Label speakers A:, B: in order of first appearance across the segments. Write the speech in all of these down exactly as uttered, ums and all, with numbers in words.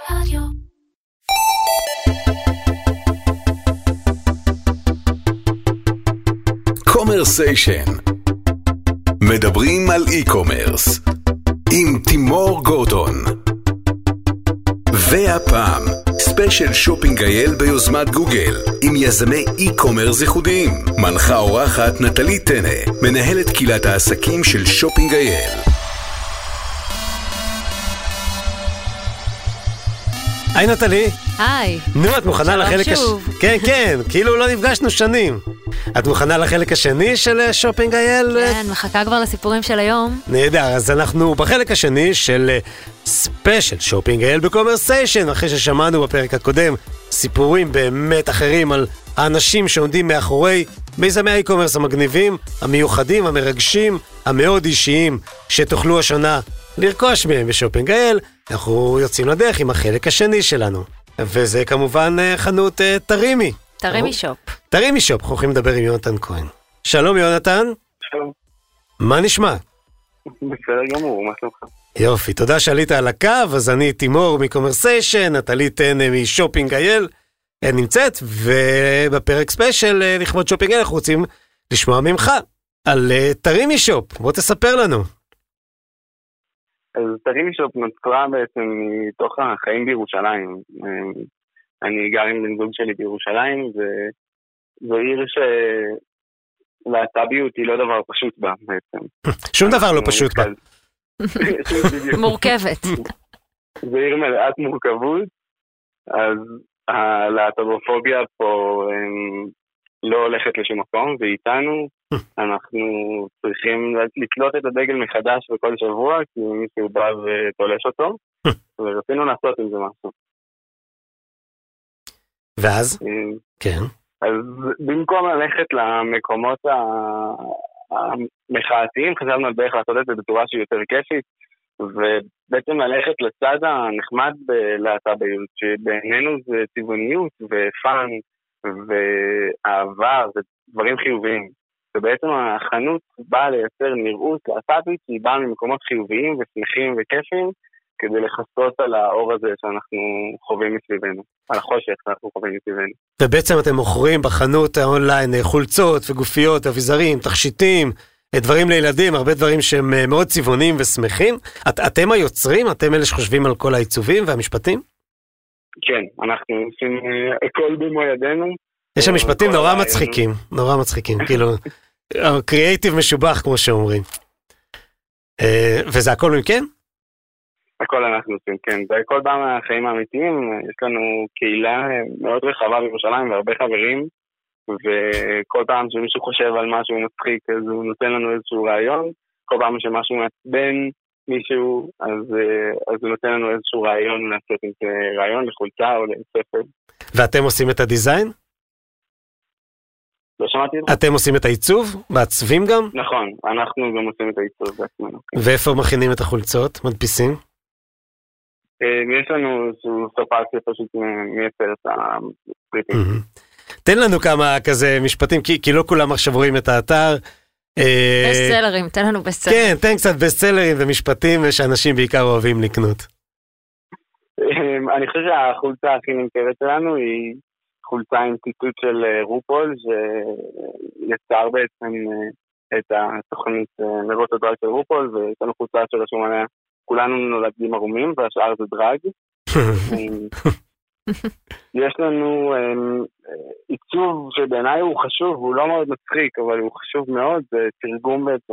A: רדיו.
B: קומרסיישן. מדברים על אי-קומרס עם תימור גורדון. והפעם ספיישל שופינג אייל ביוזמת גוגל עם יזמי אי-קומרס ייחודיים. מנחה אורחת נטלי טנא, מנהלת קהילת העסקים של שופינג אייל.
C: היי נטלי.
D: היי.
C: נו, את מוכנה לחלק הש... כן, כן, כאילו לא נפגשנו שנים. את מוכנה לחלק השני של שופינג אייל?
D: כן, מחכה כבר לסיפורים של היום.
C: נהדר, אז אנחנו בחלק השני של ספיישל שופינג אייל בקומרסיישן, אחרי ששמענו בפרק הקודם סיפורים באמת אחרים על האנשים שעומדים מאחורי מיזמי האי-קומרס המגניבים, המיוחדים, המרגשים, המאוד אישיים, שתוכלו השנה לרכוש מהם בשופינג אייל. אנחנו יוצאים לדרך עם החלק השני שלנו, וזה כמובן חנות תרימי.
D: תרימי שופ.
C: תרימי שופ, אנחנו הולכים לדבר עם יונתן כהן. שלום יונתן.
E: שלום.
C: מה נשמע?
E: בסדר גמור, מה שלומך?
C: יופי, תודה שעלית על הקו. אז אני תימור מקומרסיישן, נטלי טנא משופינג אייל נמצאת, ובפרק ספיישל לכבוד שופינג אייל אנחנו רוצים לשמוע ממך על תרימי שופ. בוא תספר לנו.
E: אז תרימי שופ נוצרה בעצם מתוך החיים בירושלים. אני גר עם בן זוג שלי בירושלים, וזו עיר שלהט"ביות היא לא דבר פשוט בה בעצם.
C: שום דבר לא פשוט בה.
D: מורכבת.
E: זו עיר מלאת מורכבות, אז הלהט"בופוביה פה לא הולכת לשום מקום, ואיתנו אנחנו צריכים לתלות את הדגל מחדש בכל שבוע, כי מישהו בא ותולש אותו, ורצינו לעשות עם זה משהו.
C: ואז? כן.
E: אז במקום ללכת למקומות המחאתיים, חשבנו על בערך לעשות את זה בצורה שהיא יותר כיפית, ובעצם ללכת לצד הנחמד בלהט"ביות, שבעינינו זה צבעוניות ופאן ואהבה ודברים חיוביים. ובעצם החנות באה לייצר נראות להט"בית, היא באה ממקומות חיוביים ושמחים וכיפים, כדי לחסות על האור הזה שאנחנו חווים מסביבנו, על החושך שאנחנו חווים מסביבנו.
C: ובעצם אתם מוכרים בחנות האונליין חולצות וגופיות, אביזרים, תכשיטים, דברים לילדים, הרבה דברים שהם מאוד צבעוניים ושמחים. את, אתם היוצרים? אתם אלה שחושבים על כל העיצובים והמשפטים?
E: כן, אנחנו עושים הכל במו ידינו.
C: יש שם משפטים נורא מצחיקים, נורא מצחיקים, כאילו, קריאייטיב משובח כמו שאומרים. וזה הכל מכם?
E: הכל אנחנו עושים, כן. זה הכל בא מהחיים האמיתיים. יש לנו קהילה מאוד רחבה בירושלים והרבה חברים, וכל פעם שמישהו חושב על משהו מצחיק, אז הוא נותן לנו איזשהו רעיון. כל פעם שמשהו מעצבן מישהו, אז, אז הוא נותן לנו איזשהו רעיון לעשות עם זה רעיון לחולצה או לספר.
C: ואתם עושים את הדיזיין?
E: לא שמעתי את זה.
C: אתם עושים את העיצוב? מעצבים גם?
E: נכון, אנחנו גם עושים את העיצוב בעצמנו.
C: ואיפה מכינים את החולצות? מדפיסים?
E: יש לנו איזשהו ספק שפשוט מייצר את הפריטים.
C: תן לנו כמה כזה משפטים, כי לא כולם עכשיו רואים את האתר.
D: בסטסלרים, תן לנו בסטסלרים.
C: כן, תן קצת בסטסלרים ומשפטים שאנשים בעיקר אוהבים לקנות.
E: אני חושב שהחולצה הכי נמכרת שלנו היא חולצה עם ציטוט של רופול, שיצר בעצם את התוכנית מרוץ הדרג של רופול, ויש לנו חולצה שרשום עליה, כולנו נולדים ערומים, והשאר זה דרג. יש לנו עיצוב שבעיניי הוא חשוב, הוא לא מאוד מצחיק, אבל הוא חשוב מאוד, זה תרגום בעצם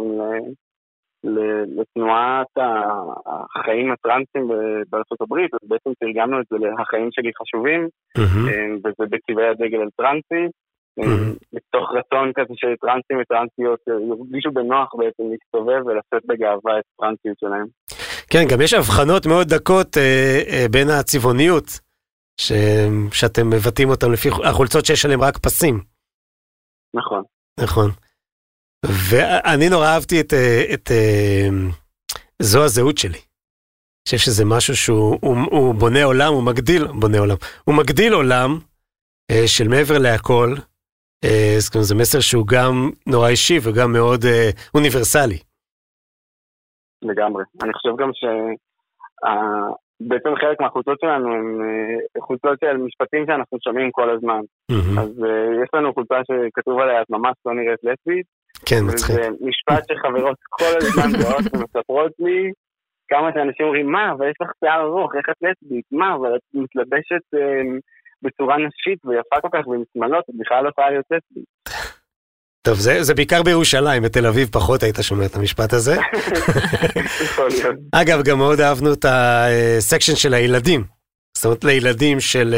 E: לתנועת החיים הטרנסים בארצות הברית, אז בעצם תרגמנו את זה להחיים שלי חשובים, וזה בצבעי הדגל על טרנסי, מתוך רצון כזה שטרנסים וטרנסיות ירגישו בנוח בעצם להסתובב ולשאת בגאווה את הטרנסיות שלהם.
C: כן, גם יש הבחנות מאוד דקות בין הצבעוניות, שאתם מבטאים אותם לפי החולצות שיש עליהם רק פסים.
E: נכון.
C: נכון. ואני נורא אהבתי את, את, זו הזהות שלי. אני חושב שזה משהו שהוא הוא, הוא בונה עולם, הוא מגדיל, בונה עולם. הוא מגדיל עולם של מעבר להכל. זה מסר שהוא גם נורא אישי וגם מאוד אוניברסלי.
E: לגמרי. אני חושב גם בעצם חלק מהחולצות שלנו הם חולצות של משפטים שאנחנו שומעים כל הזמן. אז יש לנו חולצה שכתוב עליה, את ממש לא נראית לסבית.
C: כן, מצחיק.
E: וזה משפט שחברות כל הזמן באות ומספרות לי, כמה שאנשים אומרים, מה, אבל יש לך שיער ארוך, איך את לסבית? מה, אבל את מתלבשת בצורה נשית ויפה כל כך ומשמלות, את בכלל לא יכולה להיות לסבית.
C: טוב, זה, זה בעיקר בירושלים, בתל אביב פחות היית שומע את המשפט הזה. אגב, גם מאוד אהבנו את הסקשן של הילדים. זאת אומרת, לילדים של,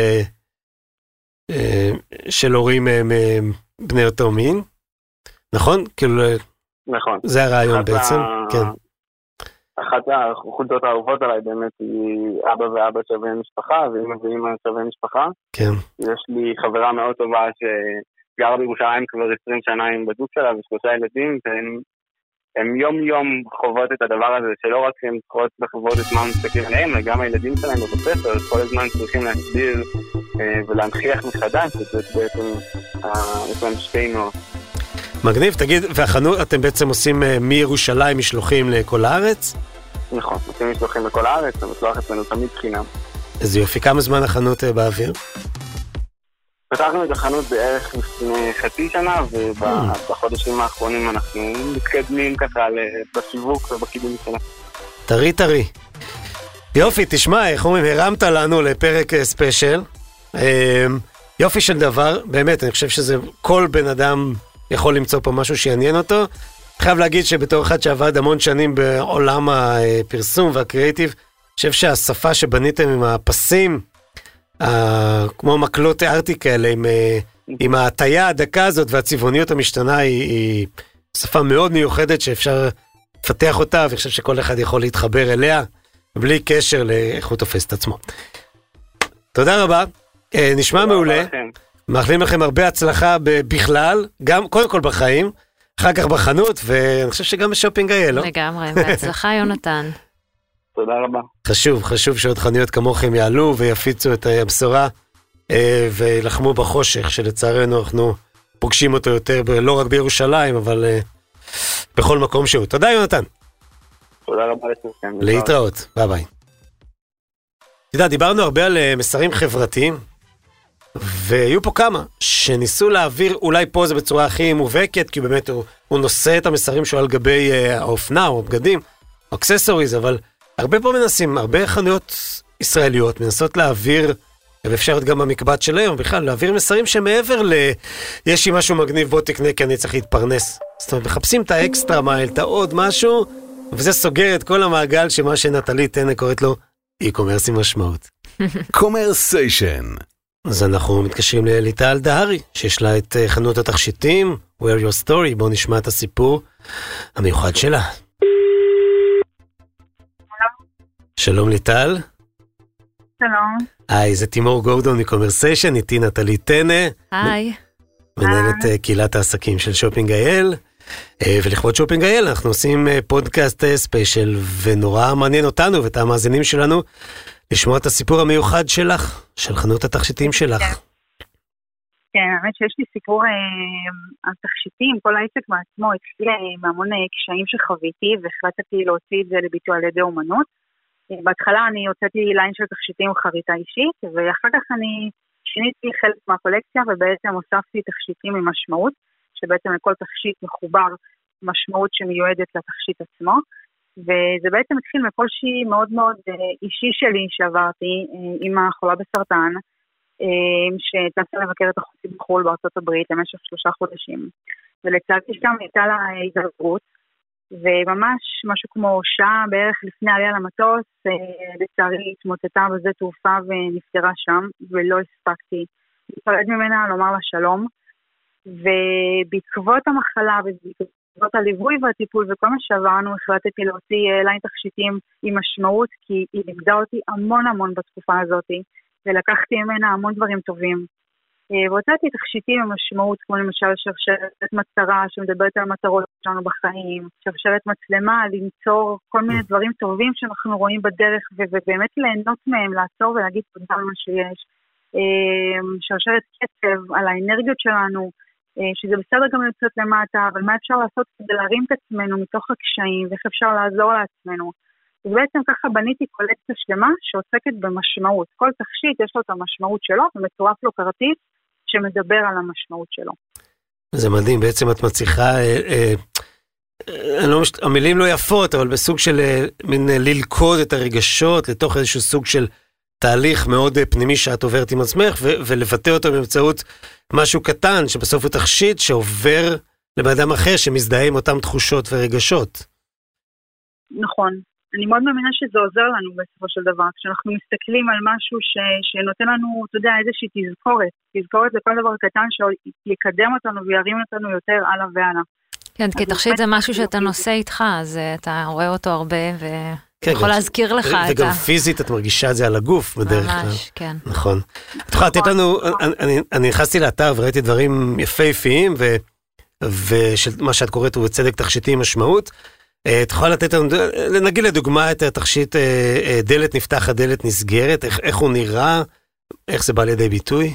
C: של הורים בני אותו מין. נכון? כאילו,
E: נכון.
C: זה הרעיון בעצם,
E: ה...
C: כן.
E: אחת החולצות האהובות עליי באמת היא אבא ואבא שווה משפחה, ואמא ואמא שווה משפחה.
C: כן.
E: יש לי חברה מאוד טובה ש... גרה בירושלים כבר עשרים שנה עם בדוק שלה ושלושה ילדים, והם הם יום יום חוות את הדבר הזה, שלא רק שהם צריכות לחוות את מה מסתכלים עליהם, אלא גם הילדים שלהם בבית ספר, כל הזמן צריכים להסביר אה, ולהנחיח מחדש, שזה בעצם יש להם שתי נוער.
C: מגניב, תגיד, והחנות, אתם בעצם עושים אה, מירושלים משלוחים לכל הארץ?
E: נכון, עושים משלוחים לכל הארץ, המשלוח אצלנו תמיד חינם.
C: איזה יופי, כמה זמן החנות אה, באוויר?
E: פתחנו את החנות בערך לפני חצי שנה, ובחודשים האחרונים אנחנו מתקדמים ככה בשיווק ובקידום שלה.
C: טרי טרי. יופי, תשמע, איך אומרים, הרמת לנו לפרק ספיישל. יופי של דבר, באמת, אני חושב שזה כל בן אדם יכול למצוא פה משהו שיעניין אותו. חייב להגיד שבתור אחד שעבד המון שנים בעולם הפרסום והקריאיטיב, אני חושב שהשפה שבניתם עם הפסים, Uh, כמו מקלות תיארתי כאלה, עם, uh, עם ההטייה הדקה הזאת והצבעוניות המשתנה, היא, היא שפה מאוד מיוחדת שאפשר לפתח אותה, ואני חושב שכל אחד יכול להתחבר אליה, בלי קשר לאיך הוא תופס את עצמו. תודה רבה, uh, נשמע תודה מעולה, מאחלים לכם הרבה הצלחה בכלל, גם קודם כל בחיים, אחר כך בחנות, ואני חושב שגם בשופינג אייל, לא?
D: לגמרי, בהצלחה יונתן.
E: תודה רבה.
C: חשוב, חשוב שעוד חנויות כמוכם יעלו ויפיצו את הבשורה אה, ולחמו בחושך, שלצערנו אנחנו פוגשים אותו יותר, ב- לא רק בירושלים, אבל אה, בכל מקום שהוא. תודה יונתן.
E: תודה רבה לכם.
C: להתראות, ביי ביי. אתה יודע, דיברנו הרבה על אה, מסרים חברתיים, והיו פה כמה שניסו להעביר, אולי פה זה בצורה הכי מובהקת, כי באמת הוא, הוא נושא את המסרים שלו על גבי אה, האופנה או הבגדים, או אקססוריז, אבל הרבה פה מנסים, הרבה חנויות ישראליות מנסות להעביר, ואפשר להיות גם במקבט שלהם, בכלל להעביר מסרים שמעבר ל... יש לי משהו מגניב, בוא תקנה כי אני צריך להתפרנס. זאת אומרת, מחפשים את האקסטרה מייל, את העוד משהו, וזה סוגר את כל המעגל שמה שנטלי טנא קוראת לו אי-קומרס עם משמעות.
B: קומרסיישן.
C: אז אנחנו מתקשרים לליטל דהרי, שיש לה את חנות התכשיטים, Where Your Story, בואו נשמע את הסיפור המיוחד שלה. שלום ליטל.
A: שלום.
C: היי, זה תימור גורדון מקומרסיישן, איתי נטלי טנא.
D: היי.
C: מנהלת קהילת העסקים של שופינג אייל. ולכבוד שופינג אייל אנחנו עושים פודקאסט ספיישל, ונורא מעניין אותנו ואת המאזינים שלנו לשמוע את הסיפור המיוחד שלך, של חנות התכשיטים שלך.
A: כן, האמת שיש לי סיפור על תכשיטים, כל העסק מעצמו התחיל מהמון קשיים שחוויתי, והחלטתי להוציא את זה לביטוי על ידי אומנות. בהתחלה אני הוצאתי ליין של תכשיטים חריטה אישית, ואחר כך אני שיניתי חלק מהקולקציה, ובעצם הוספתי תכשיטים עם משמעות, שבעצם לכל תכשיט מחובר משמעות שמיועדת לתכשיט עצמו, וזה בעצם התחיל מקושי מאוד מאוד אישי שלי שעברתי, אמא חולה בסרטן, שטסה לבקר את אחותי בחו"ל בארצות הברית למשך שלושה חודשים, ולצערי שם הייתה לה הידרדרות, וממש משהו כמו שעה בערך לפני עלייה למטוס, לצערי התמוטטה בזה תעופה ונפטרה שם, ולא הספקתי להיפרד ממנה, לומר לה שלום, ובעקבות המחלה ובעקבות הליווי והטיפול וכל מה שעברנו, החלטתי להוציא ליין תכשיטים עם משמעות, כי היא לימדה אותי המון המון בתקופה הזאת, ולקחתי ממנה המון דברים טובים. והוצאתי תכשיטים עם משמעות, כמו למשל שרשרת מטרה שמדברת על המטרות שלנו בחיים, שרשרת מצלמה, למצוא כל מיני דברים טובים שאנחנו רואים בדרך, ובאמת ליהנות מהם, לעצור ולהגיד תודה על מה שיש. שרשרת קצב על האנרגיות שלנו, שזה בסדר גם לצאת למטה, אבל מה אפשר לעשות כדי להרים את עצמנו מתוך הקשיים, ואיך אפשר לעזור לעצמנו. אז בעצם ככה בניתי קולקציה שלמה שעוסקת במשמעות. כל תכשיט יש לו את המשמעות שלו, ומצורף לו כרטיס שמדבר על המשמעות שלו.
C: זה מדהים, בעצם את מצליחה, אה, אה, אה, לא מש... המילים לא יפות, אבל בסוג של אה, מין אה, ללכוד את הרגשות לתוך איזשהו סוג של תהליך מאוד אה, פנימי שאת עוברת עם עצמך, ו- ולבטא אותו באמצעות משהו קטן, שבסוף הוא תכשיט שעובר לבאדם אחר שמזדהה עם אותם תחושות ורגשות.
A: נכון. אני מאוד מאמינה שזה עוזר לנו בסופו של דבר, כשאנחנו מסתכלים על משהו ש... שנותן לנו, אתה יודע, איזושהי תזכורת, תזכורת לכל דבר קטן שיקדם אותנו וירים אותנו יותר הלאה והלאה.
D: כן, כי תכשיט זה משהו שאתה נושא איתך, אז אתה רואה אותו הרבה ויכול להזכיר לך את ה...
C: וגם פיזית את מרגישה את זה על הגוף בדרך כלל.
D: ממש, כן.
C: נכון. את יכולה לתת לנו, אני נכנסתי לאתר וראיתי דברים יפהפיים, ומה שאת קוראת הוא בצדק תכשיטי משמעות, את יכולה לתת לנו, נגיד לדוגמה את התכשיט דלת נפתחת, דלת נסגרת, איך, איך הוא נראה, איך זה בא לידי ביטוי?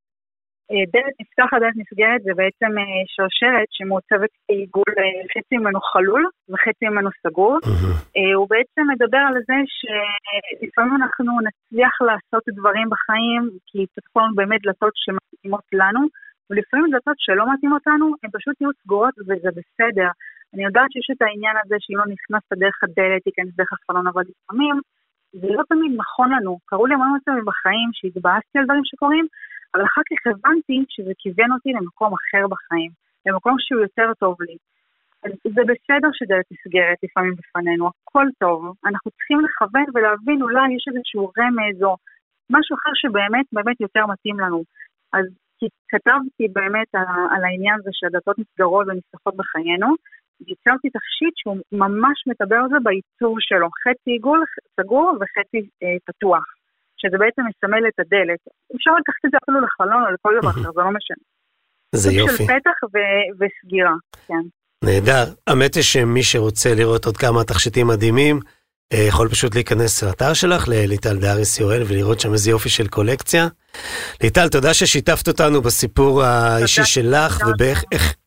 A: דלת נפתחת, דלת נסגרת זה בעצם שרשרת שמעוצבת כעיגול, חצי ממנו חלול וחצי ממנו סגור. הוא בעצם מדבר על זה שלפעמים אנחנו נצליח לעשות דברים בחיים, כי תתחול באמת דלתות שמתאימות לנו, ולפעמים דלתות שלא מתאימות לנו, הן פשוט יהיו סגורות וזה בסדר. אני יודעת שיש את העניין הזה שאם לא נכנס דרך הדלת, ייכנס דרך החלון, אבל לפעמים זה לא תמיד נכון לנו. קראו לי המון מצבים בחיים שהתבאסתי על דברים שקורים, אבל אחר כך הבנתי שזה כיוון אותי למקום אחר בחיים, למקום שהוא יותר טוב לי. זה בסדר שדלת נסגרת לפעמים בפנינו, הכל טוב. אנחנו צריכים לכוון ולהבין אולי יש איזשהו רמז או משהו אחר שבאמת באמת יותר מתאים לנו. אז כתבתי באמת על, על העניין הזה שהדלתות נסגרות ונפתחות בחיינו, ויצרתי תכשיט שהוא ממש מדבר על זה בעיצוב שלו, חצי עיגול סגור וחצי אה, פתוח, שזה בעצם מסמל את הדלת. אפשר לקחת את זה אפילו לחלון או לכל דבר אחר, זה לא משנה.
C: זה יופי.
A: של פתח ו- וסגירה, כן.
C: נהדר. האמת היא שמי שרוצה לראות עוד כמה תכשיטים מדהימים, יכול פשוט להיכנס לאתר שלך, לליטל דאריס יואל, ולראות שם איזה יופי של קולקציה. ליטל, תודה ששיתפת אותנו בסיפור האישי שלך, ובאיך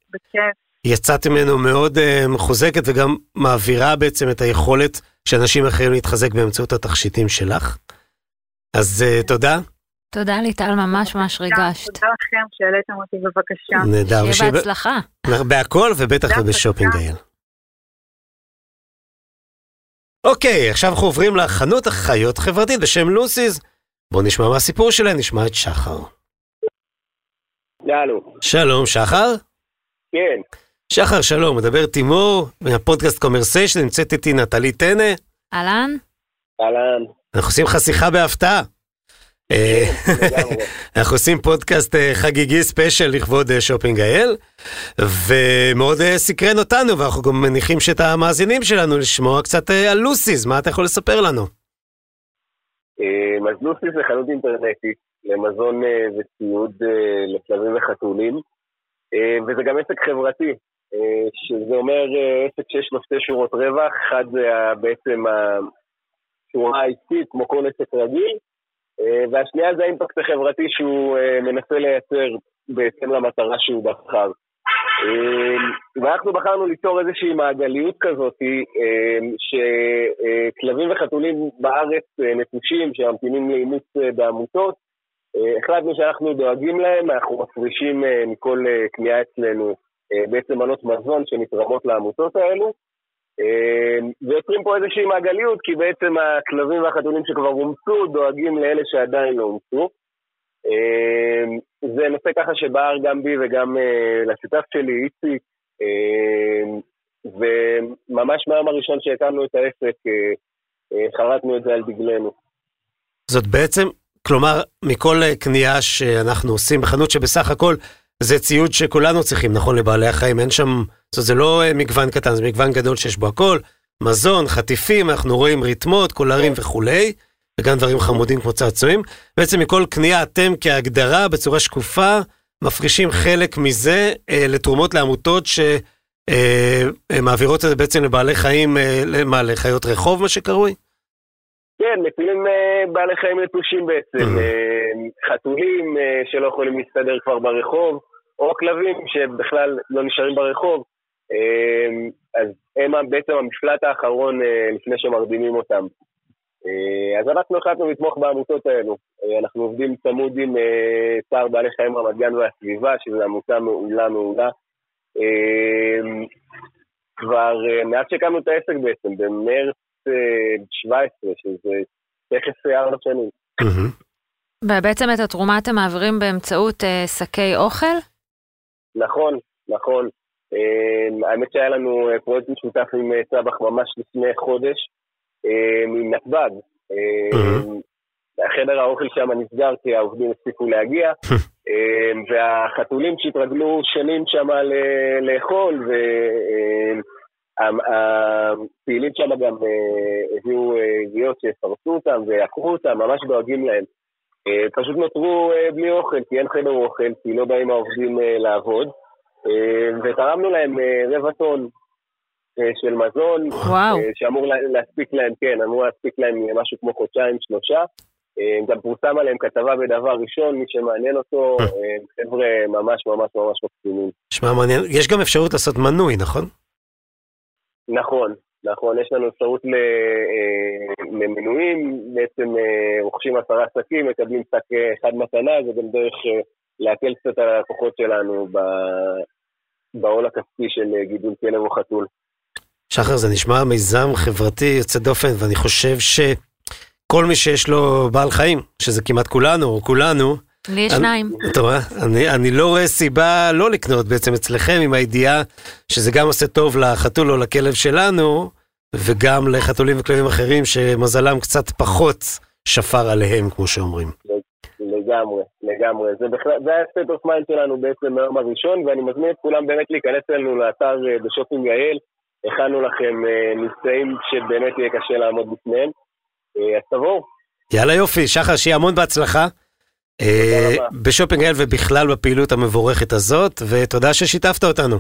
C: יצאת ממנו מאוד מחוזקת, וגם מעבירה בעצם את היכולת שאנשים אחרים להתחזק באמצעות התכשיטים שלך. אז תודה.
D: תודה ליטל, ממש ממש ריגשת.
A: תודה לכם שהעליתם אותי בבקשה.
C: נהדר.
D: שיהיה בהצלחה.
C: בהכל ובטח ובשופינג גייל. אוקיי, עכשיו אנחנו עוברים לחנות החיות חברתית בשם לוסיז. בואו נשמע מה הסיפור שלהם, נשמע את שחר.
E: יאלו.
C: שלום, שחר?
E: כן.
C: שחר, שלום, מדבר תימור, מהפודקאסט קומרסיישן, נמצאת איתי נטלי טנא.
D: אהלן?
E: אהלן.
C: אנחנו עושים חשיכה בהפתעה. אנחנו עושים פודקאסט חגיגי ספיישל לכבוד שופינג גייל, ומאוד סקרן אותנו, ואנחנו גם מניחים שאת המאזינים שלנו לשמוע קצת על לוסיז. מה אתה יכול לספר לנו?
E: אז לוסיז זה חנות אינטרנטית למזון וציוד לכלבים וחתולים, וזה גם עסק חברתי, שזה אומר עסק שיש לו שתי שורות רווח. אחד זה בעצם השורה העסקית כמו כל עסק רגיל, והשנייה זה האימפקט החברתי שהוא מנסה לייצר בהתאם למטרה שהוא בחר. ואנחנו בחרנו ליצור איזושהי מעגליות כזאת, שכלבים וחתולים בארץ נטושים שממתינים לאימוץ בעמותות, החלטנו שאנחנו דואגים להם, אנחנו מפרישים מכל קנייה אצלנו בעצם מנות מזון שנתרמות לעמותות האלו, ויוצרים פה איזושהי מעגליות, כי בעצם הכלבים והחתולים שכבר אומצו דואגים לאלה שעדיין לא אומצו. זה נושא ככה שבער גם בי וגם לשותף שלי, איציק, וממש מהיום הראשון שהקמנו את העסק, חרטנו את זה על דגלנו.
C: זאת בעצם, כלומר, מכל קנייה שאנחנו עושים בחנות שבסך הכל זה ציוד שכולנו צריכים, נכון, לבעלי החיים, אין שם, זאת זה לא מגוון קטן, זה מגוון גדול שיש בו הכל, מזון, חטיפים, אנחנו רואים ריתמות, קולרים וכולי, וגם דברים חמודים כמו צעצועים. בעצם מכל קנייה אתם כהגדרה בצורה שקופה, מפרישים חלק מזה אה, לתרומות לעמותות שמעבירות את זה בעצם לבעלי חיים, אה, למה, לחיות רחוב מה שקרוי?
E: כן, מפילים אה, בעלי חיים נטושים בעצם, אה, חתולים אה, שלא יכולים להסתדר כבר ברחוב, או כלבים שבכלל לא נשארים ברחוב.
F: אז הם בעצם המפלט האחרון לפני שמרדימים אותם. אז אנחנו החלטנו לתמוך בעמותות האלו. אנחנו עובדים צמוד עם צער בעלי חיים רמת גן והסביבה, שזו עמותה מעולה מעולה. כבר מאז שקמנו את העסק בעצם, במרץ שבע עשרה, שזה תכף ארבע שנים.
D: ובעצם את התרומה אתם מעבירים באמצעות שקי אוכל?
F: נכון, נכון. האמת שהיה לנו פרויקט משותף עם צבח ממש לפני חודש, עם נתב"ג. החדר האוכל שם נסגר כי העובדים הספיקו להגיע, והחתולים שהתרגלו שנים שם לאכול, והפעילים שם גם הביאו גיות שפרסו אותם ועקרו אותם, ממש דואגים להם. פשוט נותרו בלי אוכל, כי אין חדר אוכל, כי לא באים העובדים לעבוד, ותרמנו להם רבע טון של מזון,
D: וואו.
F: שאמור להספיק להם, כן, אמור להספיק להם משהו כמו חודשיים, שלושה. גם פורסם עליהם כתבה בדבר ראשון, מי שמעניין אותו, חבר'ה ממש ממש ממש מקסימים.
C: שמע, מעניין, יש גם אפשרות לעשות מנוי, נכון?
F: נכון, נכון, יש לנו אפשרות למנויים, בעצם רוכשים עשרה שקים, מקבלים שק אחד מתנה, זה גם דרך להקל קצת על הלקוחות שלנו בעול הכספי של גידול כלב או חתול.
C: שחר, זה נשמע מיזם חברתי יוצא דופן, ואני חושב שכל מי שיש לו בעל חיים, שזה כמעט כולנו או כולנו,
D: לי יש שניים.
C: אתה רואה? אני, אני לא רואה סיבה לא לקנות בעצם אצלכם עם הידיעה שזה גם עושה טוב לחתול או לכלב שלנו, וגם לחתולים וכלבים אחרים שמזלם קצת פחות שפר עליהם, כמו שאומרים.
F: לגמרי, לגמרי. זה בכלל, זה היה סטייט אוף מיינד שלנו בעצם מהיום הראשון, ואני מזמין את כולם באמת להיכנס אלינו לאתר בשופינג גייל. הכנו לכם מבצעים שבאמת יהיה קשה לעמוד בפניהם. אז תבואו.
C: יאללה יופי, שחר, שיהיה המון בהצלחה. בשופינג גייל ובכלל בפעילות המבורכת הזאת, ותודה ששיתפת אותנו.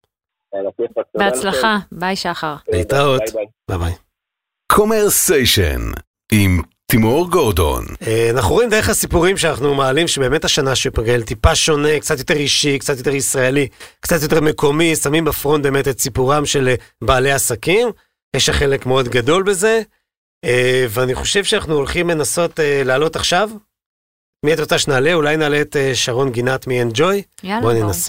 D: בהצלחה, ביי שחר.
C: להתראות, ביי ביי.
B: קומרסיישן עם תימור גורדון.
C: אנחנו רואים דרך הסיפורים שאנחנו מעלים שבאמת השנה שופינג גייל טיפה שונה, קצת יותר אישי, קצת יותר ישראלי, קצת יותר מקומי, שמים בפרונט באמת את סיפורם של בעלי עסקים, יש חלק מאוד גדול בזה, ואני חושב שאנחנו הולכים לנסות לעלות עכשיו. מי את רוצה שנעלה? אולי נעלה את שרון גינת מ-Enjoy?
D: יאללה,
C: בואי ננסה.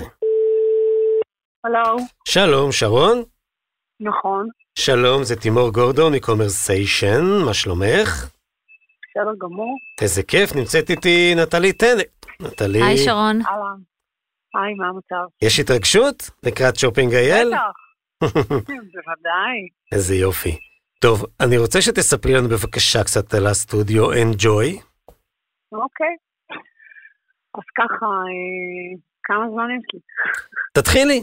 A: הלו.
C: שלום, שרון.
A: נכון.
C: שלום, זה תימור גורדון מקומרסיישן, מה שלומך?
A: בסדר גמור.
C: איזה כיף, נמצאת איתי נטלי טנא. נטלי...
D: היי שרון.
A: אהלן. היי, מה המצב?
C: יש התרגשות לקראת שופינג גייל?
A: בטח. בוודאי.
C: איזה יופי. טוב, אני רוצה שתספרי לנו בבקשה קצת על הסטודיו Enjoy.
A: אוקיי. אז ככה, כמה זמן יש לי?
C: תתחילי.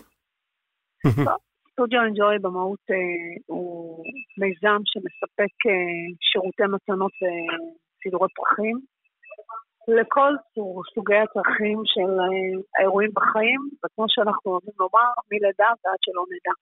A: סטודיו Enjoy במהות הוא מיזם שמספק שירותי מתנות וסידורי פרחים לכל סוגי הצרכים של האירועים בחיים, וכמו שאנחנו אוהבים לומר, מלידה ועד שלא נדע.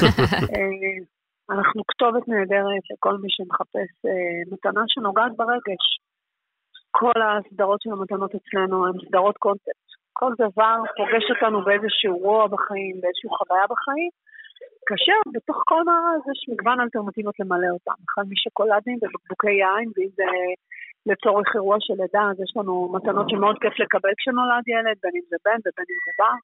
A: אנחנו כתובת נהדרת לכל מי שמחפש מתנה שנוגעת ברגש. כל הסדרות של המתנות אצלנו הן סדרות קונטקט. כל דבר פוגש אותנו באיזשהו רוע בחיים, באיזשהו חוויה בחיים, כאשר בתוך כל מערז יש מגוון אלטרנטיבות למלא אותם. אחד משוקולדים ובקבוקי יין, ואם זה לצורך אירוע של לידה, אז יש לנו מתנות שמאוד כיף לקבל כשנולד ילד, בין אם זה בן ובין אם זה בר.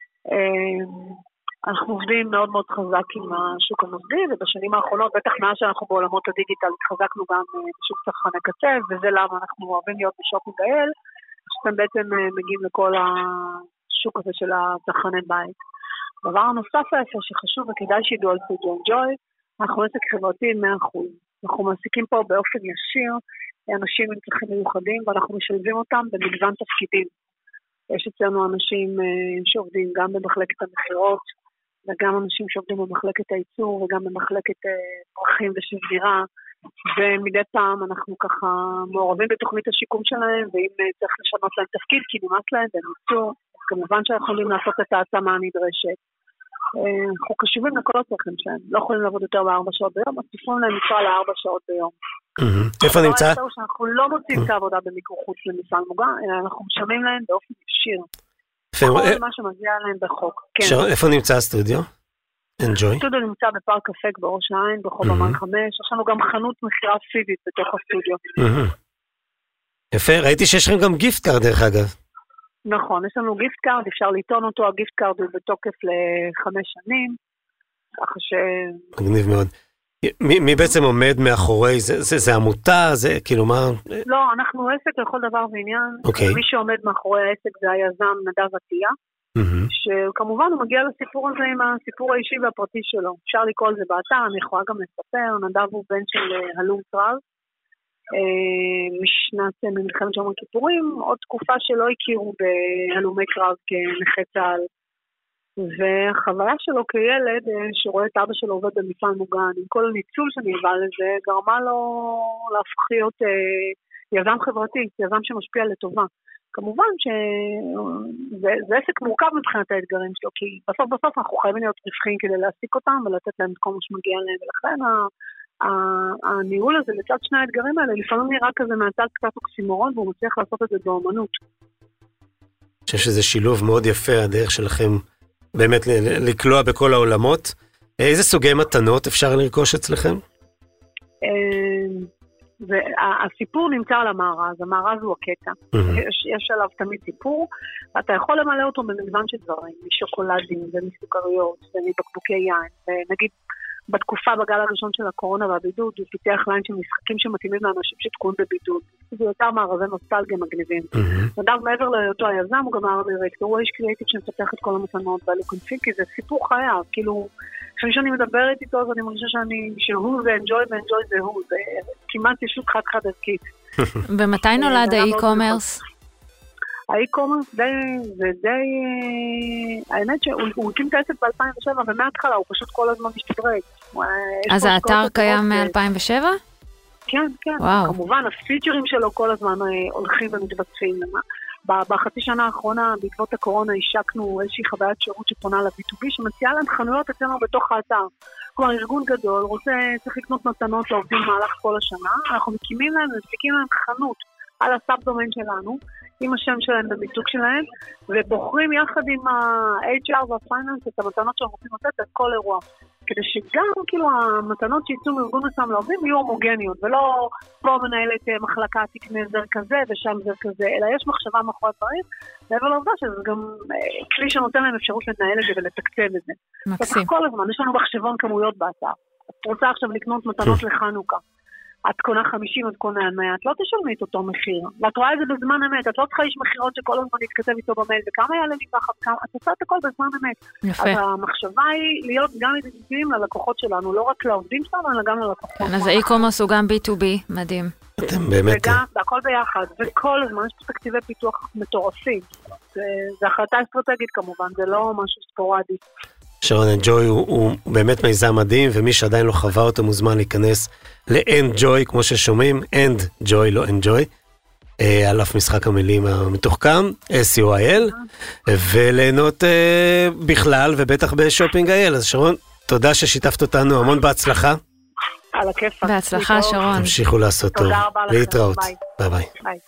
A: אנחנו עובדים מאוד מאוד חזק עם השוק המוסדי, ובשנים האחרונות, בטח מאז שאנחנו בעולמות הדיגיטל, התחזקנו גם בשוק צרכני קצה, וזה למה אנחנו אוהבים להיות בשופינג גייל, שאתם בעצם מגיעים לכל השוק הזה של הצרכני בית. דבר הנוסף היפה שחשוב וכדאי שידעו על סטודיו Enjoy, אנחנו עסק חברתי מאה אחוז. אנחנו מעסיקים פה באופן ישיר אנשים עם צרכים מיוחדים, ואנחנו משלבים אותם במגוון תפקידים. יש אצלנו אנשים שעובדים גם במחלקת המחירות, וגם אנשים שעובדים במחלקת הייצור, וגם במחלקת פרחים ושבירה, ומדי פעם אנחנו ככה מעורבים בתוכנית השיקום שלהם, ואם צריך לשנות להם תפקיד, כי נמאס להם והם יצאו, כמובן שאנחנו יכולים לעשות את העצמה הנדרשת. אנחנו קשובים לכל הצרכים שלהם, לא יכולים לעבוד יותר בארבע שעות ביום, אז תפעול להם מקרא לארבע שעות ביום.
C: איפה נמצא?
A: אנחנו לא מוצאים את העבודה במיקור חוץ למפעל מוגן, אלא אנחנו משלמים להם באופן ישיר. כל מה שמגיע להם בחוק.
C: איפה נמצא הסטודיו? אנג'וי?
G: הסטודיו נמצא בפארק אפק בראש העין, ברחוב אמן חמש, יש לנו גם חנות מחירה פיזית בתוך הסטודיו.
C: יפה, ראיתי שיש לכם גם גיפט קארד דרך אגב.
G: נכון, יש לנו גיפט קארד, אפשר לטעון אותו, הגיפט קארד הוא בתוקף לחמש שנים, ככה ש...
C: מגניב מאוד. מי, מי בעצם עומד מאחורי, זה, זה, זה עמותה, זה כאילו מה?
G: לא, אנחנו עסק לכל דבר ועניין.
C: אוקיי.
G: מי שעומד מאחורי העסק זה היזם נדב עטיה, mm-hmm. שכמובן הוא מגיע לסיפור הזה עם הסיפור האישי והפרטי שלו. אפשר לקרוא על זה באתר, אני יכולה גם לספר, נדב הוא בן של הלום קרב, משנת מלחמת יום הכיפורים, עוד תקופה שלא הכירו בהלומי קרב כנכי צה"ל. והחוויה שלו כילד, שרואה את אבא שלו עובד במפעל מוגן, עם כל הניצול שנלווה לזה, גרמה לו להפוך להיות יזם חברתי, יזם שמשפיע לטובה. כמובן שזה עסק מורכב מבחינת האתגרים שלו, כי בסוף בסוף אנחנו חייבים להיות רווחיים כדי להעסיק אותם ולתת להם את כל מה שמגיע להם, ולכן הניהול הזה לצד שני האתגרים האלה, לפעמים נראה כזה מהצד קצת אוקסימורון, והוא מצליח לעשות את זה באומנות.
C: אני חושב שזה שילוב מאוד יפה, הדרך שלכם באמת לקלוע בכל העולמות. איזה סוגי מתנות אפשר לרכוש אצלכם?
G: הסיפור נמצא על המארז, המארז הוא הקטע. יש עליו תמיד סיפור, ואתה יכול למלא אותו במגוון של דברים, משוקולדים ומסוכריות ומבקבוקי יין, ונגיד בתקופה בגל הראשון של הקורונה והבידוד, הוא פיתח ליין של משחקים שמתאימים לאנשים שתקועים בבידוד. זה יותר מארזי נוסטלגיה מגניבים. נדב מעבר להיותו היזם, הוא גם אמר דירקטור, הוא איש קריאיטיב שמפתח את כל המתנות והלוקנפים, כי זה סיפור חייו, כאילו, כשאני שאני מדברת איתו, אז אני מרגישה שאני, שהוא זה אנג'וי ואנג'וי זה הוא, זה כמעט ישות חד חד ערכית.
D: ומתי נולד האי-קומרס?
G: האי-קומרס די, זה די, האמת שהוא הקים את העסק ב-אלפיים ושבע, ומההתחלה הוא פשוט כל הזמן משתדרג.
D: אז האתר קיים מ-אלפיים ושבע?
G: כן, כן. כמובן, הפיצ'רים שלו כל הזמן הולכים ומתבצעים. בחצי שנה האחרונה, בעקבות הקורונה, השקנו איזושהי חוויית שירות שפונה ל-בי טו בי, שמציעה להם חנויות אצלנו בתוך האתר. כלומר, ארגון גדול, רוצה, צריך לקנות מתנות לעובדים במהלך כל השנה, אנחנו מקימים להם ומפיקים להם חנות על הסאב דומיין שלנו, עם השם שלהם במיתוג שלהם, ובוחרים יחד עם ה-אייץ' אר וה-Finance את המתנות שהם רוצים לתת את כל אירוע. כדי שגם כאילו המתנות שיצאו מארגון מסוים לעובדים יהיו הומוגניות, ולא פה מנהלת מחלקה תקנה זר כזה ושם זר כזה, אלא יש מחשבה מאחורי דברים, מעבר לעובדה שזה גם כלי שנותן להם אפשרות לנהל את זה ולתקצב את זה. מקסים. כל הזמן, יש לנו מחשבון כמויות באתר. את רוצה עכשיו לקנות מתנות לחנוכה. את קונה חמישים, את קונה מאה, את לא תשלמי את אותו מחיר. ואת רואה את זה בזמן אמת, את לא צריכה איש מחירות שכל הזמן יתכתב איתו במייל, וכמה יעלה לי ככה, את עושה את הכל בזמן אמת. יפה. אז המחשבה היא להיות גם ידידותיים ללקוחות שלנו, לא רק לעובדים שלנו, אלא גם ללקוחות.
D: אז האי-קומרס הוא גם בי טו בי, מדהים.
C: אתם באמת...
G: וגם, והכל ביחד, וכל הזמן יש תקציבי פיתוח מטורפים. זה החלטה אסטרטגית כמובן, זה לא משהו ספורדי.
C: שרון אנג'וי הוא, הוא באמת מיזם מדהים, ומי שעדיין לא חווה אותו מוזמן להיכנס לאנג'וי, כמו ששומעים, אנג'וי, לא אנג'וי, אה, על אף משחק המילים המתוחכם, אס יו איי אל, וליהנות אה, בכלל, ובטח בשופינג איי אל. אז שרון, תודה ששיתפת אותנו, המון בהצלחה.
G: על הכיף.
D: בהצלחה, שרון.
C: תמשיכו לעשות טוב.
G: תודה רבה לכם.
C: להתראות. ביי ביי. ביי.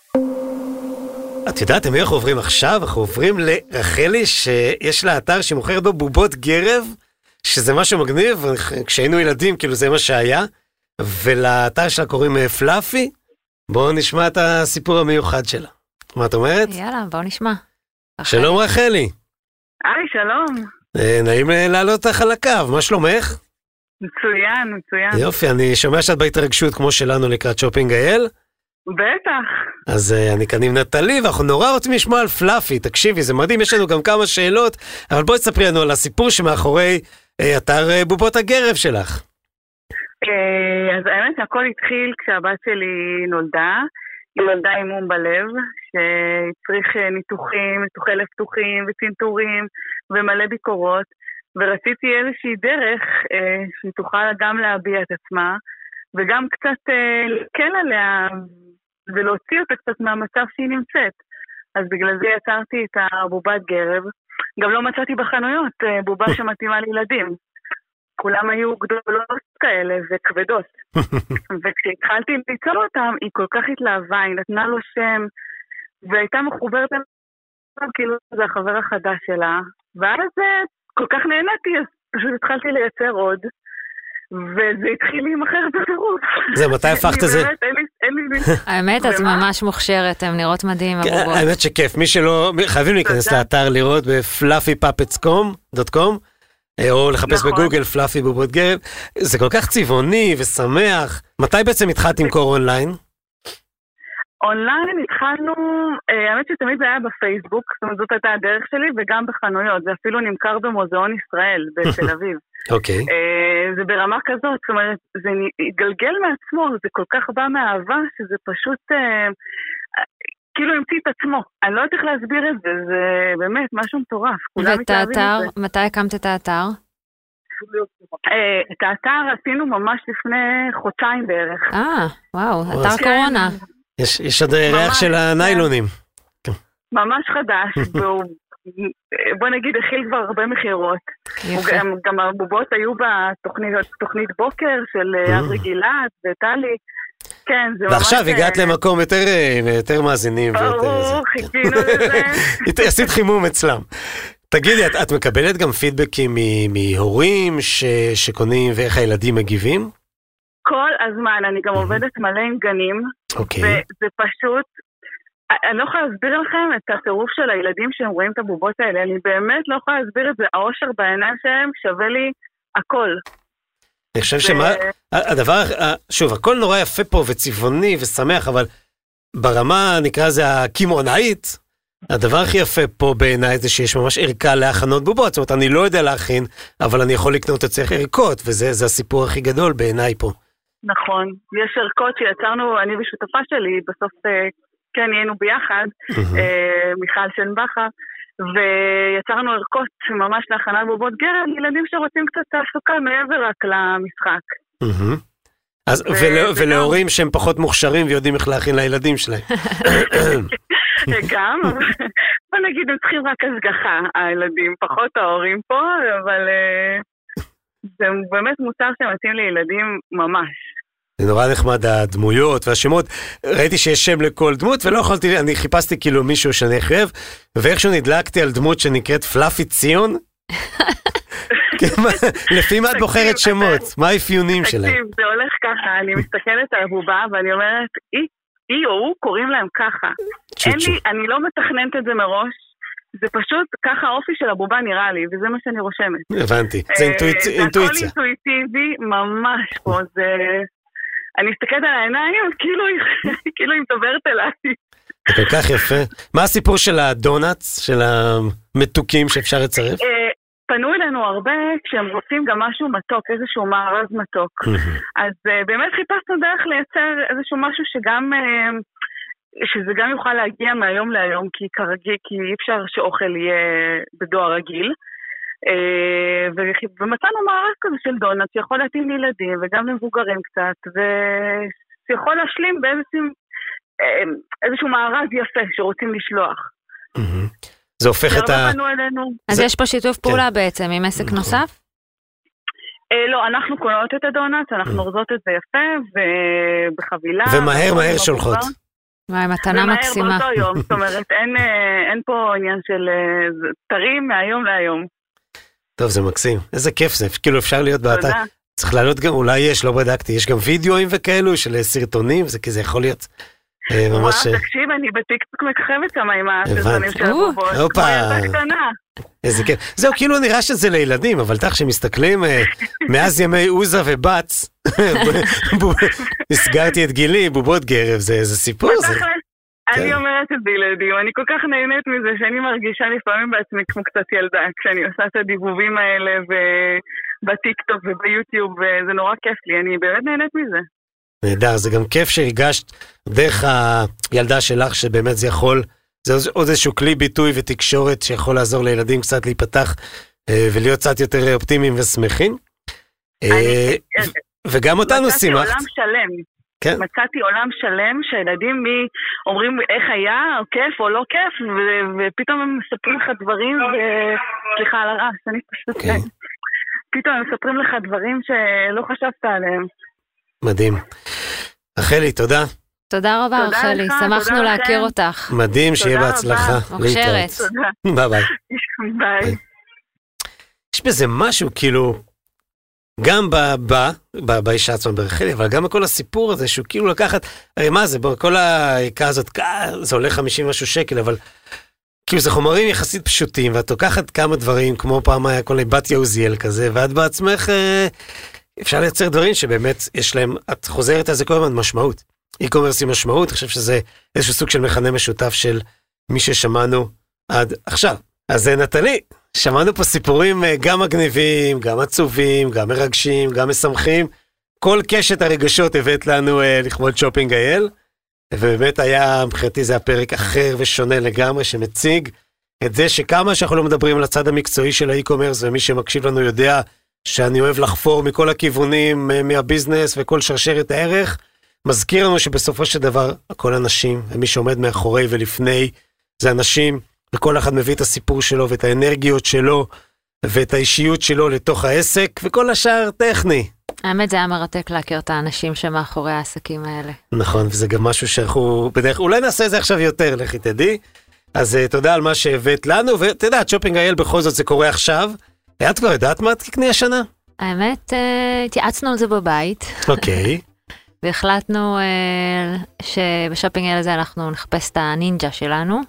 C: את יודעת, מי אנחנו עוברים עכשיו? אנחנו עוברים לרחלי, שיש לה אתר שמוכרת בו בובות גרב, שזה משהו מגניב, כשהיינו ילדים, כאילו זה מה שהיה, ולאתר שלה קוראים פלאפי. בואו נשמע את הסיפור המיוחד שלה. מה את אומרת?
D: יאללה, בואו נשמע.
C: שלום רחלי.
A: היי, שלום.
C: נעים לעלות אותך על הקו, מה שלומך?
A: מצוין, מצוין.
C: יופי, אני שומע שאת בהתרגשות כמו שלנו לקראת שופינג איי אל.
A: בטח.
C: אז uh, אני כאן עם נטלי, ואנחנו נורא רוצים לשמוע על פלאפי. תקשיבי, זה מדהים, יש לנו גם כמה שאלות, אבל בואי תספרי לנו על הסיפור שמאחורי uh, אתר uh, בובות הגרב שלך.
A: Uh, אז האמת שהכל התחיל כשהבת שלי נולדה, היא נולדה עם מום בלב, שצריך uh, ניתוחים, ניתוחי לב פתוחים וצנתורים ומלא ביקורות, ורציתי איזושהי דרך uh, שהיא תוכל גם להביע את עצמה, וגם קצת uh, לקל עליה, ולהוציא אותה קצת מהמצב שהיא נמצאת. אז בגלל זה יצרתי את הבובת גרב. גם לא מצאתי בחנויות בובה שמתאימה לילדים. כולם היו גדולות כאלה וכבדות. וכשהתחלתי ליצור אותם, היא כל כך התלהבה, היא נתנה לו שם, והייתה מחוברת אליו, כאילו זה החבר החדש שלה. ואז כל כך נהניתי, אז פשוט התחלתי לייצר עוד, וזה התחיל להימחר בטירוף.
C: זה, מתי הפכת את זה?
D: האמת, את ממש מוכשרת, הן נראות מדהים, הבובות.
C: האמת שכיף, מי שלא, חייבים להיכנס לאתר לראות ב-פלאפי פאפטס דוט קום, או לחפש בגוגל פלאפי בובות גרב. זה כל כך צבעוני ושמח. מתי בעצם התחלת למכור אונליין?
A: אונליין התחלנו, האמת שתמיד זה היה בפייסבוק, זאת אומרת, זאת הייתה הדרך שלי, וגם בחנויות, זה אפילו נמכר במוזיאון ישראל, בתל אביב.
C: אוקיי.
A: זה ברמה כזאת, זאת אומרת, זה התגלגל מעצמו, זה כל כך בא מהאהבה, שזה פשוט, כאילו המציא את עצמו. אני לא יודעת איך להסביר את זה, זה באמת משהו מטורף.
D: ואת האתר, מתי הקמת את האתר?
A: את האתר עשינו ממש לפני חודשיים בערך.
D: אה, וואו, אתר קורונה.
C: יש עוד ריח של הניילונים.
A: ממש חדש, והוא, בוא נגיד, הכיל כבר הרבה מחירות. גם הבובות היו בתוכנית בוקר של אברי גלעד וטלי. כן, זה ממש...
C: ועכשיו הגעת למקום יותר מאזינים.
A: ברור, חיכינו לזה.
C: עשית חימום אצלם. תגידי, את מקבלת גם פידבקים מהורים שקונים ואיך הילדים מגיבים?
A: כל הזמן, אני גם עובדת מלא עם גנים, וזה פשוט, אני לא יכולה להסביר לכם את הטירוף של הילדים שהם רואים את הבובות האלה, אני באמת לא יכולה להסביר את זה, האושר בעיניים שלהם שווה לי הכל.
C: אני חושב שמה, הדבר, שוב, הכל נורא יפה פה וצבעוני ושמח, אבל ברמה, נקרא זה הקימונאית, הדבר הכי יפה פה בעיניי זה שיש ממש ערכה להכנות בובות, זאת אומרת, אני לא יודע להכין, אבל אני יכול לקנות אצלך ערכות, וזה הסיפור הכי גדול בעיניי פה.
A: נכון, יש ערכות שיצרנו, אני ושותפה שלי, בסוף כן היינו ביחד, מיכל שנבחה, ויצרנו ערכות ממש להכנת בובות גרב, ילדים שרוצים קצת תעסוקה מעבר רק למשחק.
C: אז ולהורים שהם פחות מוכשרים ויודעים איך להכין לילדים שלהם.
A: גם, בוא נגיד, הם צריכים רק השגחה, הילדים, פחות ההורים פה, אבל זה באמת מוצר שמתאים לילדים ממש.
C: זה נורא נחמד, הדמויות והשמות. ראיתי שיש שם לכל דמות, ולא יכולתי, אני חיפשתי כאילו מישהו שאני אוהב, ואיכשהו נדלקתי על דמות שנקראת פלאפי ציון. לפי מה את בוחרת שמות? מה האפיונים שלהם?
A: תקשיב, זה הולך ככה, אני מסתכלת על הבובה, ואני אומרת, היא או הוא קוראים להם ככה. אני לא מתכננת את זה מראש, זה פשוט ככה האופי של הבובה נראה לי, וזה מה שאני רושמת.
C: הבנתי, זה אינטואיציה.
A: זה הכל אינטואיטיבי, ממש פה, זה... אני מסתכלת על העיניים, כאילו היא מדברת אליי.
C: זה כל כך יפה. מה הסיפור של הדונאטס, של המתוקים שאפשר לצרף?
A: פנו אלינו הרבה כשהם רוצים גם משהו מתוק, איזשהו מארז מתוק. אז באמת חיפשנו דרך לייצר איזשהו משהו שגם... שזה גם יוכל להגיע מהיום להיום, כי כרגיל, כי אי אפשר שאוכל יהיה בדואר רגיל. ומצאנו מערך כזה של דונאט שיכול להתאים לילדים וגם למבוגרים קצת, ושיכול להשלים באיזשהו מארז יפה שרוצים לשלוח.
C: זה הופך את ה...
D: אז יש פה שיתוף פעולה בעצם עם עסק נוסף?
A: לא, אנחנו קונות את הדונאט, אנחנו אורזות את זה יפה ובחבילה.
C: ומהר מהר שולחות.
D: וואי, מתנה מקסימה.
A: ומהר באותו יום, זאת אומרת, אין פה עניין של טרים מהיום להיום.
C: טוב, זה מקסים. איזה כיף זה, כאילו אפשר להיות באתר. צריך לעלות גם, אולי יש, לא בדקתי, יש גם וידאוים וכאלו של סרטונים, זה כזה יכול להיות ממש...
A: וואו, תקשיב, אני בטיקטוק מככבת כמה עם הסרטונים של הבובות.
C: הופה. איזה כיף. זהו, כאילו נראה שזה לילדים, אבל תח שמסתכלים מאז ימי עוזה ובץ, הסגרתי את גילי, בובות גרב, זה סיפור.
A: אני אומרת את בילדים, אני כל כך נהנית מזה שאני מרגישה לפעמים בעצמי כמו קצת ילדה, כשאני עושה את הדיבובים האלה בטיקטוק וביוטיוב, וזה נורא כיף לי, אני באמת נהנית מזה.
C: נהדר, זה גם כיף שהרגשת דרך הילדה שלך שבאמת זה יכול, זה עוד איזשהו כלי ביטוי ותקשורת שיכול לעזור לילדים קצת להיפתח ולהיות קצת יותר אופטימיים ושמחים. וגם אותנו שימחת.
A: מצאתי עולם שלם. כן. מצאתי עולם שלם שהילדים מי אומרים איך היה, או כיף או לא כיף, ו- ופתאום הם מספרים לך דברים, ו- סליחה על הרעש, אני פשוט... כן. פתאום הם מספרים לך דברים שלא חשבת עליהם.
C: מדהים. רחלי, תודה.
D: תודה רבה, רחלי, שמחנו להכיר אותך.
C: מדהים, שיהיה בהצלחה.
D: מוכשרת.
C: ביי ביי.
A: ביי.
C: יש בזה משהו, כאילו, גם באישה עצמה ברחלי, אבל גם בכל הסיפור הזה, שהוא כאילו לקחת, הרי מה זה, כל העיקה הזאת, זה עולה חמישים משהו שקל, אבל כאילו זה חומרים יחסית פשוטים, ואת לוקחת כמה דברים, כמו פעם היה כל בת יעוזיאל כזה, ואת בעצמך, אפשר לייצר דברים שבאמת יש להם, את חוזרת על זה כל הזמן משמעות. אי-קומרס עם משמעות, אני חושב שזה איזשהו סוג של מכנה משותף של מי ששמענו עד עכשיו. אז נטלי, שמענו פה סיפורים גם מגניבים, גם עצובים, גם מרגשים, גם משמחים. כל קשת הרגשות הבאת לנו לכבוד שופינג איי אל, ובאמת היה, מבחינתי זה הפרק אחר ושונה לגמרי, שמציג את זה שכמה שאנחנו לא מדברים על הצד המקצועי של האי-קומרס, ומי שמקשיב לנו יודע שאני אוהב לחפור מכל הכיוונים, מהביזנס וכל שרשרת הערך, מזכיר לנו שבסופו של דבר, הכל אנשים, ומי שעומד מאחורי ולפני, זה אנשים, וכל אחד מביא את הסיפור שלו, ואת האנרגיות שלו, ואת האישיות שלו לתוך העסק, וכל השאר טכני.
D: האמת זה היה מרתק להכיר את האנשים שמאחורי העסקים האלה.
C: נכון, וזה גם משהו שאנחנו בדרך, אולי נעשה את זה עכשיו יותר, לכי תדעי. אז תודה על מה שהבאת לנו, ותדעת, שופינג איי אל בכל זאת זה קורה עכשיו. את כבר יודעת מה תקני השנה?
D: האמת, התייעצנו על זה בבית.
C: אוקיי.
D: והחלטנו שבשופינג איי אל הזה אנחנו נחפש את הנינג'ה שלנו.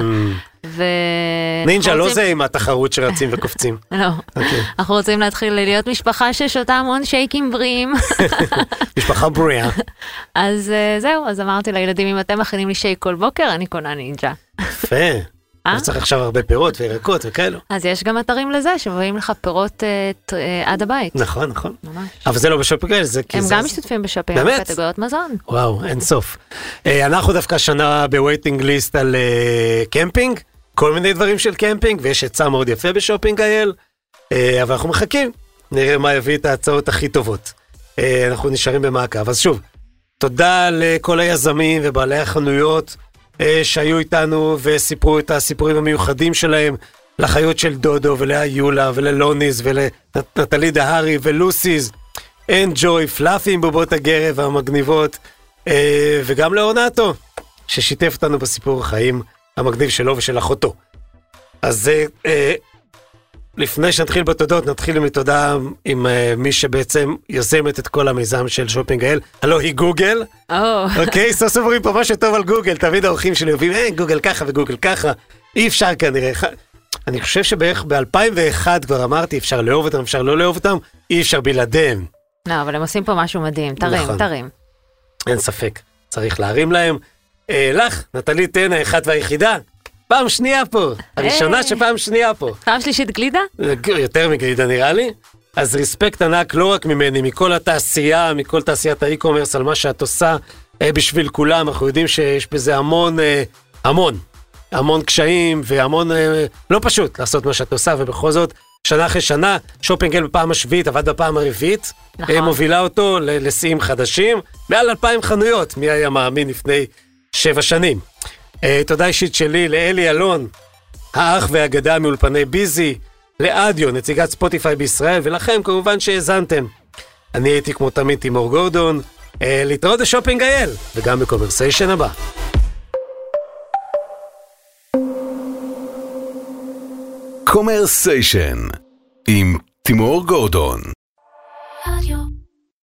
C: נינג'ה לא זה עם התחרות שרצים וקופצים.
D: לא, אנחנו רוצים להתחיל להיות משפחה ששותה המון שייקים בריאים.
C: משפחה בריאה.
D: אז זהו, אז אמרתי לילדים, אם אתם מכינים לי שייק כל בוקר, אני קונה נינג'ה.
C: יפה. אז צריך עכשיו הרבה פירות וירקות וכאלו.
D: אז יש גם אתרים לזה, שמביאים לך פירות עד הבית.
C: נכון, נכון. אבל זה לא בשופינג איי אל, זה כי
D: הם
C: זה...
D: גם משתתפים בשופינג,
C: באמת?
D: בקטגוריות מזון.
C: וואו, אין סוף. אנחנו דווקא שנה בווייטינג ליסט על קמפינג, כל מיני דברים של קמפינג, ויש עצה מאוד יפה בשופינג איי אל, אבל אנחנו מחכים, נראה מה יביא את ההצעות הכי טובות. אנחנו נשארים במעקב. אז שוב, תודה לכל היזמים ובעלי החנויות, שהיו איתנו וסיפרו את הסיפורים המיוחדים שלהם, לחיות של דודו ולאיולה וללוניס ולנטלי דהרי ולוסיז, אנג'וי, פלאפי עם בובות הגרב המגניבות, וגם לאורנטו, ששיתף אותנו בסיפור החיים המגניב שלו ושל אחותו. אז לפני שנתחיל בתודות, נתחיל מתודה עם מי שבעצם יוזמת את כל המיזם של שופינג איי אל, הלא היא גוגל. אוקיי, סוף סוף אומרים פה משהו טוב על גוגל, תמיד האורחים שלי אוהבים, אה, גוגל ככה וגוגל ככה, אי אפשר כנראה. אני חושב שבערך ב-אלפיים ואחת כבר אמרתי, אפשר לאהוב אותם, אפשר לא לאהוב אותם, אי אפשר בלעדיהם.
D: לא, אבל הם עושים פה משהו מדהים, תרים, תרים.
C: אין ספק, צריך להרים להם. לך, נטלי טנא, אחת והיחידה. פעם שנייה פה, הראשונה שפעם שנייה פה.
D: פעם שלישית גלידה?
C: יותר מגלידה נראה לי. אז ריספקט ענק לא רק ממני, מכל התעשייה, מכל תעשיית האי-קומרס, על מה שאת עושה בשביל כולם. אנחנו יודעים שיש בזה המון, המון, המון קשיים והמון, לא פשוט לעשות מה שאת עושה, ובכל זאת, שנה אחרי שנה, שופינג איי אל בפעם השביעית, עבד בפעם הרביעית, נכון. מובילה אותו לשיאים חדשים, מעל אלפיים חנויות, מי היה מאמין לפני שבע שנים. Uh, תודה אישית שלי לאלי אלון, האח והאגדה מאולפני ביזי, לאדיו, נציגת ספוטיפיי בישראל, ולכם כמובן שהאזנתם. אני הייתי כמו תמיד תימור גורדון, uh, להתראות בשופינג איי אל, וגם בקומרסיישן הבא.
B: קומרסיישן עם תימור גורדון.